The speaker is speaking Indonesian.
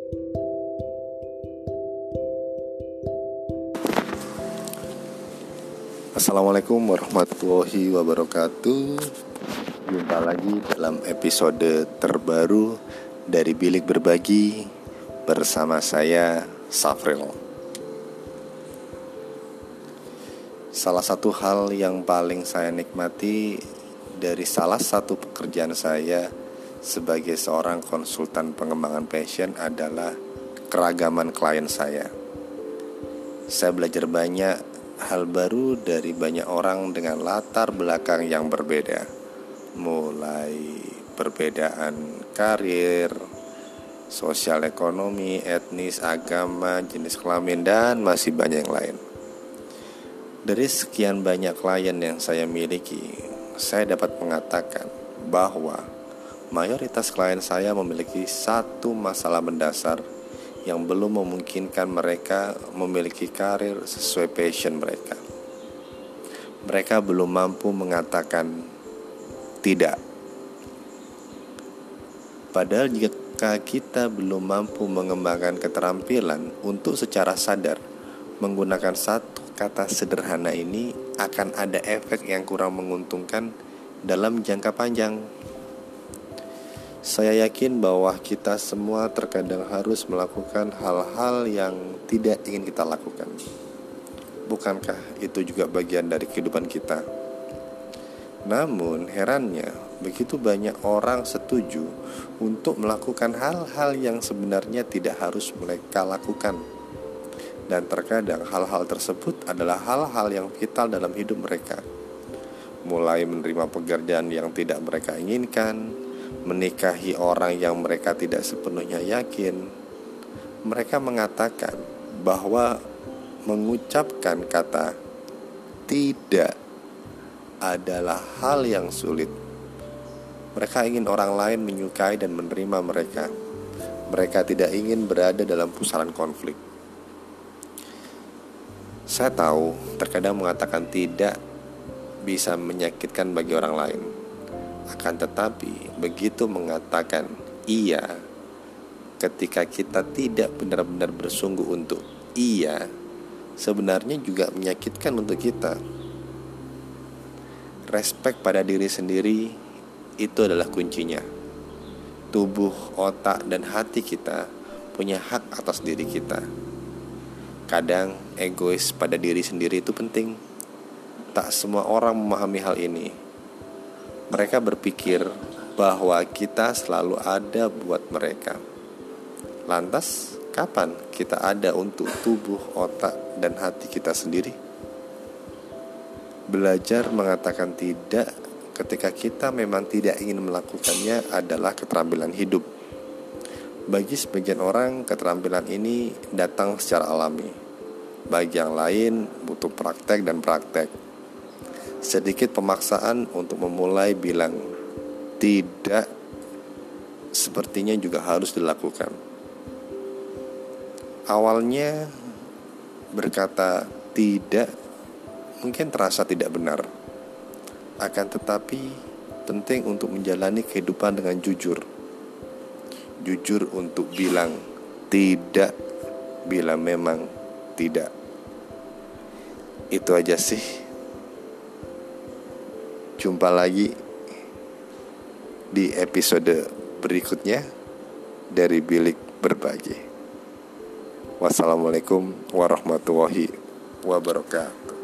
Assalamualaikum warahmatullahi wabarakatuh. Jumpa lagi dalam episode terbaru dari Bilik Berbagi bersama saya, Safril. Salah satu hal yang paling saya nikmati dari salah satu pekerjaan saya sebagai seorang konsultan pengembangan passion adalah keragaman klien saya. Saya belajar banyak hal baru dari banyak orang dengan latar belakang yang berbeda, mulai perbedaan karir, sosial ekonomi, etnis, agama, jenis kelamin, dan masih banyak yang lain. Dari sekian banyak klien yang saya miliki, saya dapat mengatakan bahwa mayoritas klien saya memiliki satu masalah mendasar yang belum memungkinkan mereka memiliki karir sesuai passion mereka. Mereka belum mampu mengatakan tidak. Padahal jika kita belum mampu mengembangkan keterampilan untuk secara sadar menggunakan satu kata sederhana ini, akan ada efek yang kurang menguntungkan dalam jangka panjang. Saya yakin bahwa kita semua terkadang harus melakukan hal-hal yang tidak ingin kita lakukan. Bukankah itu juga bagian dari kehidupan kita? Namun herannya, begitu banyak orang setuju untuk melakukan hal-hal yang sebenarnya tidak harus mereka lakukan. Dan terkadang hal-hal tersebut adalah hal-hal yang vital dalam hidup mereka. Mulai menerima pekerjaan yang tidak mereka inginkan, menikahi orang yang mereka tidak sepenuhnya yakin. Mereka mengatakan bahwa mengucapkan kata tidak adalah hal yang sulit. Mereka ingin orang lain menyukai dan menerima mereka. Mereka tidak ingin berada dalam pusaran konflik. Saya tahu terkadang mengatakan tidak bisa menyakitkan bagi orang lain. Akan tetapi, begitu mengatakan iya, ketika kita tidak benar-benar bersungguh untuk iya, sebenarnya juga menyakitkan untuk kita. Respek pada diri sendiri itu adalah kuncinya. Tubuh, otak, dan hati kita punya hak atas diri kita. Kadang egois pada diri sendiri itu penting. Tak semua orang memahami hal ini. Mereka berpikir bahwa kita selalu ada buat mereka. Lantas, kapan kita ada untuk tubuh, otak, dan hati kita sendiri? Belajar mengatakan tidak ketika kita memang tidak ingin melakukannya adalah keterampilan hidup. Bagi sebagian orang, keterampilan ini datang secara alami. Bagi yang lain, butuh praktek dan praktek. Sedikit pemaksaan untuk memulai bilang tidak sepertinya juga harus dilakukan. Awalnya berkata tidak mungkin terasa tidak benar. Akan tetapi penting untuk menjalani kehidupan dengan jujur. Jujur untuk bilang tidak bila memang tidak. Itu aja sih. Jumpa lagi di episode berikutnya dari Bilik Berbagi. Wassalamualaikum warahmatullahi wabarakatuh.